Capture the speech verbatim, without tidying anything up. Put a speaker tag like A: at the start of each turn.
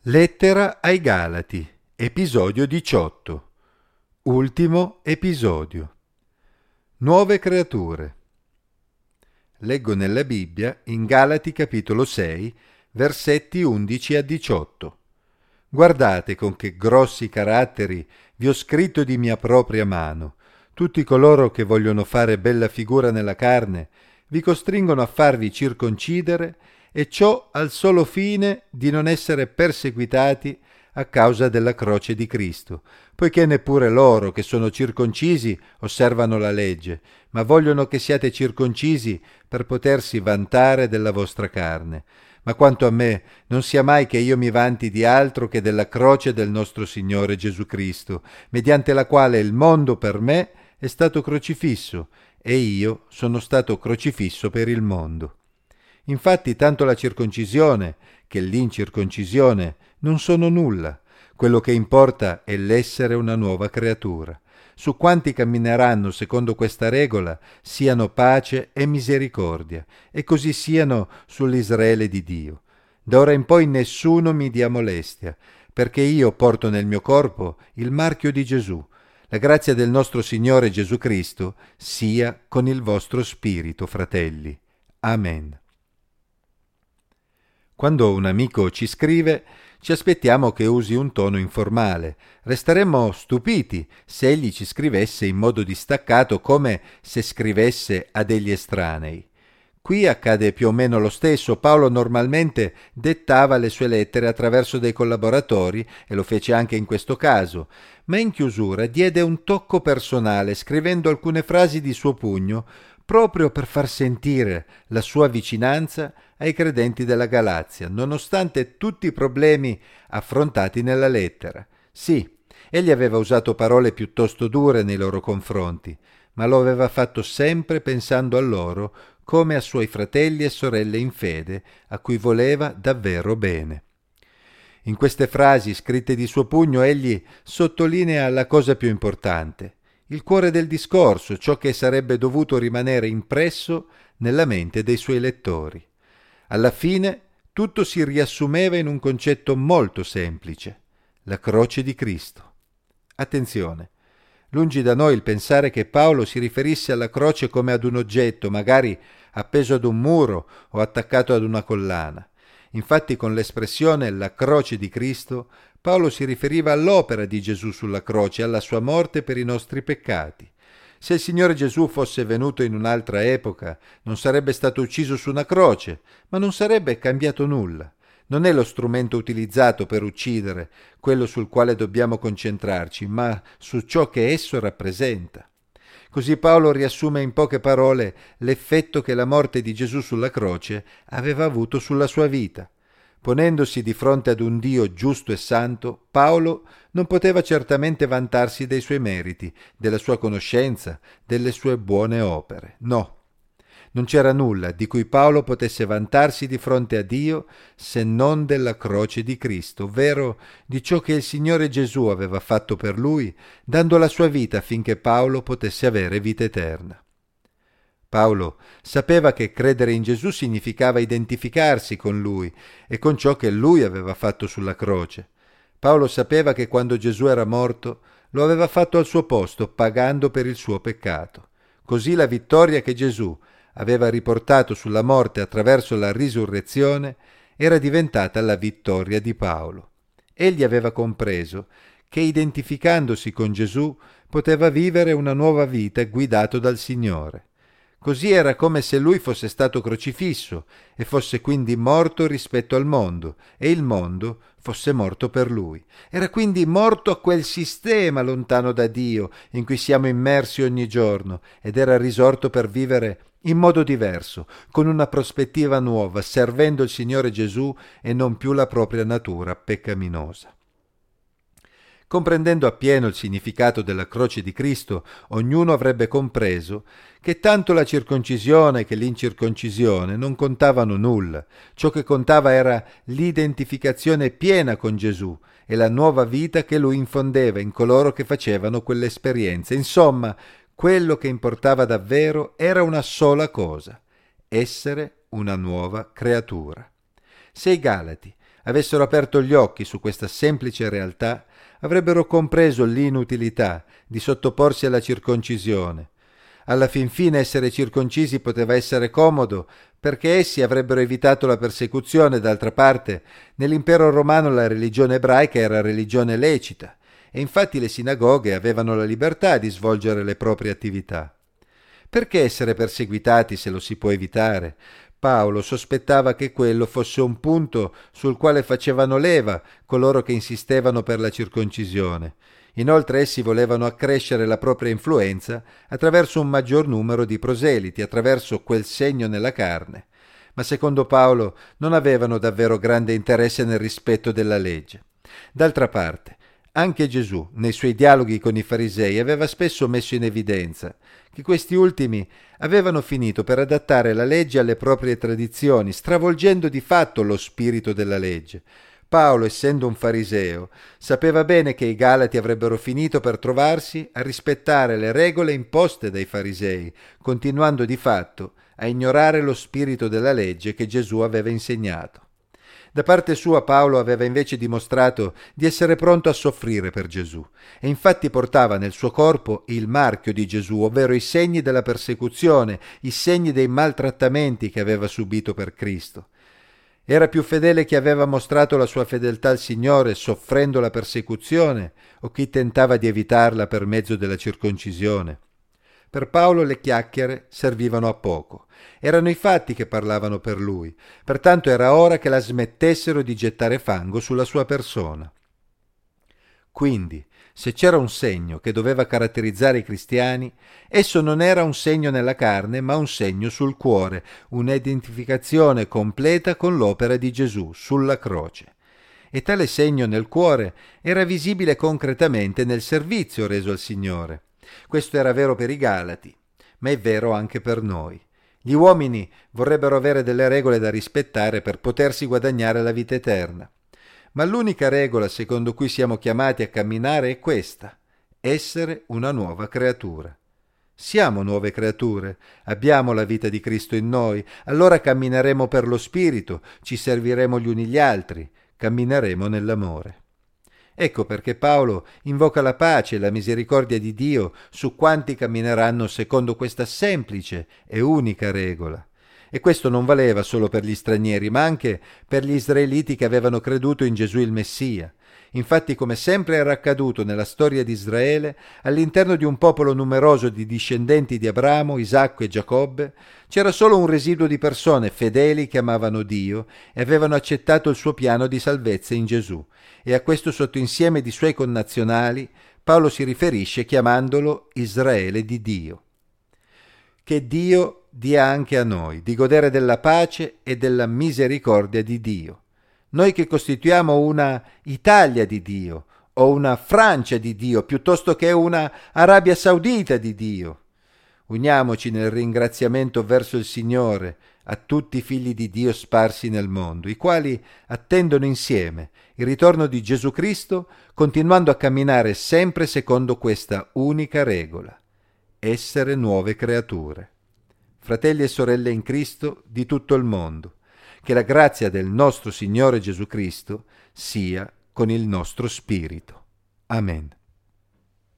A: Lettera ai Galati, episodio diciotto. Ultimo episodio. Nuove creature. Leggo nella Bibbia in Galati capitolo sei, versetti undici a diciotto. Guardate con che grossi caratteri vi ho scritto di mia propria mano. Tutti coloro che vogliono fare bella figura nella carne vi costringono a farvi circoncidere, e ciò al solo fine di non essere perseguitati a causa della croce di Cristo, poiché neppure loro che sono circoncisi osservano la legge, ma vogliono che siate circoncisi per potersi vantare della vostra carne. Ma quanto a me, non sia mai che io mi vanti di altro che della croce del nostro Signore Gesù Cristo, mediante la quale il mondo per me è stato crocifisso, e io sono stato crocifisso per il mondo. Infatti tanto la circoncisione che l'incirconcisione non sono nulla. Quello che importa è l'essere una nuova creatura. Su quanti cammineranno secondo questa regola siano pace e misericordia, e così siano sull'Israele di Dio. Da ora in poi nessuno mi dia molestia, perché io porto nel mio corpo il marchio di Gesù. La grazia del nostro Signore Gesù Cristo sia con il vostro spirito, fratelli. Amen. Quando un amico ci scrive, ci aspettiamo che usi un tono informale. Resteremmo stupiti se egli ci scrivesse in modo distaccato, come se scrivesse a degli estranei. Qui accade più o meno lo stesso. Paolo normalmente dettava le sue lettere attraverso dei collaboratori, e lo fece anche in questo caso, ma in chiusura diede un tocco personale scrivendo alcune frasi di suo pugno, proprio per far sentire la sua vicinanza ai credenti della Galazia, nonostante tutti i problemi affrontati nella lettera. Sì, egli aveva usato parole piuttosto dure nei loro confronti, ma lo aveva fatto sempre pensando a loro come a suoi fratelli e sorelle in fede, a cui voleva davvero bene. In queste frasi scritte di suo pugno egli sottolinea la cosa più importante, il cuore del discorso, ciò che sarebbe dovuto rimanere impresso nella mente dei suoi lettori. Alla fine tutto si riassumeva in un concetto molto semplice: la croce di Cristo. Attenzione, lungi da noi il pensare che Paolo si riferisse alla croce come ad un oggetto, magari appeso ad un muro o attaccato ad una collana. Infatti con l'espressione la croce di Cristo Paolo si riferiva all'opera di Gesù sulla croce, alla sua morte per i nostri peccati. Se il Signore Gesù fosse venuto in un'altra epoca, non sarebbe stato ucciso su una croce, ma non sarebbe cambiato nulla. Non è lo strumento utilizzato per uccidere quello sul quale dobbiamo concentrarci, ma su ciò che esso rappresenta. Così Paolo riassume in poche parole l'effetto che la morte di Gesù sulla croce aveva avuto sulla sua vita. Ponendosi di fronte ad un Dio giusto e santo, Paolo non poteva certamente vantarsi dei suoi meriti, della sua conoscenza, delle sue buone opere. No, non c'era nulla di cui Paolo potesse vantarsi di fronte a Dio se non della croce di Cristo, ovvero di ciò che il Signore Gesù aveva fatto per lui, dando la sua vita affinché Paolo potesse avere vita eterna. Paolo sapeva che credere in Gesù significava identificarsi con Lui e con ciò che Lui aveva fatto sulla croce. Paolo sapeva che quando Gesù era morto lo aveva fatto al suo posto, pagando per il suo peccato. Così la vittoria che Gesù aveva riportato sulla morte attraverso la risurrezione era diventata la vittoria di Paolo. Egli aveva compreso che identificandosi con Gesù poteva vivere una nuova vita guidato dal Signore. Così era come se lui fosse stato crocifisso e fosse quindi morto rispetto al mondo, e il mondo fosse morto per lui. Era quindi morto a quel sistema lontano da Dio in cui siamo immersi ogni giorno, ed era risorto per vivere in modo diverso, con una prospettiva nuova, servendo il Signore Gesù e non più la propria natura peccaminosa. Comprendendo appieno il significato della croce di Cristo, ognuno avrebbe compreso che tanto la circoncisione che l'incirconcisione non contavano nulla. Ciò che contava era l'identificazione piena con Gesù e la nuova vita che lui infondeva in coloro che facevano quell'esperienza. Insomma, quello che importava davvero era una sola cosa: essere una nuova creatura. Se i Galati avessero aperto gli occhi su questa semplice realtà, avrebbero compreso l'inutilità di sottoporsi alla circoncisione. Alla fin fine essere circoncisi poteva essere comodo perché essi avrebbero evitato la persecuzione. D'altra parte, nell'impero romano la religione ebraica era religione lecita e infatti le sinagoghe avevano la libertà di svolgere le proprie attività. Perché essere perseguitati se lo si può evitare? Paolo sospettava che quello fosse un punto sul quale facevano leva coloro che insistevano per la circoncisione. Inoltre essi volevano accrescere la propria influenza attraverso un maggior numero di proseliti, attraverso quel segno nella carne. Ma secondo Paolo non avevano davvero grande interesse nel rispetto della legge. D'altra parte, anche Gesù, nei suoi dialoghi con i farisei, aveva spesso messo in evidenza che questi ultimi avevano finito per adattare la legge alle proprie tradizioni, stravolgendo di fatto lo spirito della legge. Paolo, essendo un fariseo, sapeva bene che i Galati avrebbero finito per trovarsi a rispettare le regole imposte dai farisei, continuando di fatto a ignorare lo spirito della legge che Gesù aveva insegnato. Da parte sua Paolo aveva invece dimostrato di essere pronto a soffrire per Gesù e infatti portava nel suo corpo il marchio di Gesù, ovvero i segni della persecuzione, i segni dei maltrattamenti che aveva subito per Cristo. Era più fedele chi aveva mostrato la sua fedeltà al Signore soffrendo la persecuzione o chi tentava di evitarla per mezzo della circoncisione? Per Paolo le chiacchiere servivano a poco. Erano i fatti che parlavano per lui. Pertanto era ora che la smettessero di gettare fango sulla sua persona. Quindi, se c'era un segno che doveva caratterizzare i cristiani, esso non era un segno nella carne, ma un segno sul cuore, un'identificazione completa con l'opera di Gesù sulla croce. E tale segno nel cuore era visibile concretamente nel servizio reso al Signore. Questo era vero per i Galati, ma è vero anche per noi. Gli uomini vorrebbero avere delle regole da rispettare per potersi guadagnare la vita eterna. Ma l'unica regola secondo cui siamo chiamati a camminare è questa: essere una nuova creatura. Siamo nuove creature, abbiamo la vita di Cristo in noi, allora cammineremo per lo Spirito, ci serviremo gli uni gli altri, cammineremo nell'amore. Ecco perché Paolo invoca la pace e la misericordia di Dio su quanti cammineranno secondo questa semplice e unica regola. E questo non valeva solo per gli stranieri, ma anche per gli israeliti che avevano creduto in Gesù il Messia. Infatti, come sempre era accaduto nella storia di Israele, all'interno di un popolo numeroso di discendenti di Abramo, Isacco e Giacobbe, c'era solo un residuo di persone fedeli che amavano Dio e avevano accettato il suo piano di salvezza in Gesù. E a questo sottoinsieme di suoi connazionali Paolo si riferisce chiamandolo Israele di Dio. Che Dio dia anche a noi di godere della pace e della misericordia di Dio. Noi che costituiamo una Italia di Dio o una Francia di Dio piuttosto che una Arabia Saudita di Dio. Uniamoci nel ringraziamento verso il Signore a tutti i figli di Dio sparsi nel mondo, i quali attendono insieme il ritorno di Gesù Cristo, continuando a camminare sempre secondo questa unica regola: essere nuove creature. Fratelli e sorelle in Cristo di tutto il mondo, che la grazia del nostro Signore Gesù Cristo sia con il nostro spirito. Amen.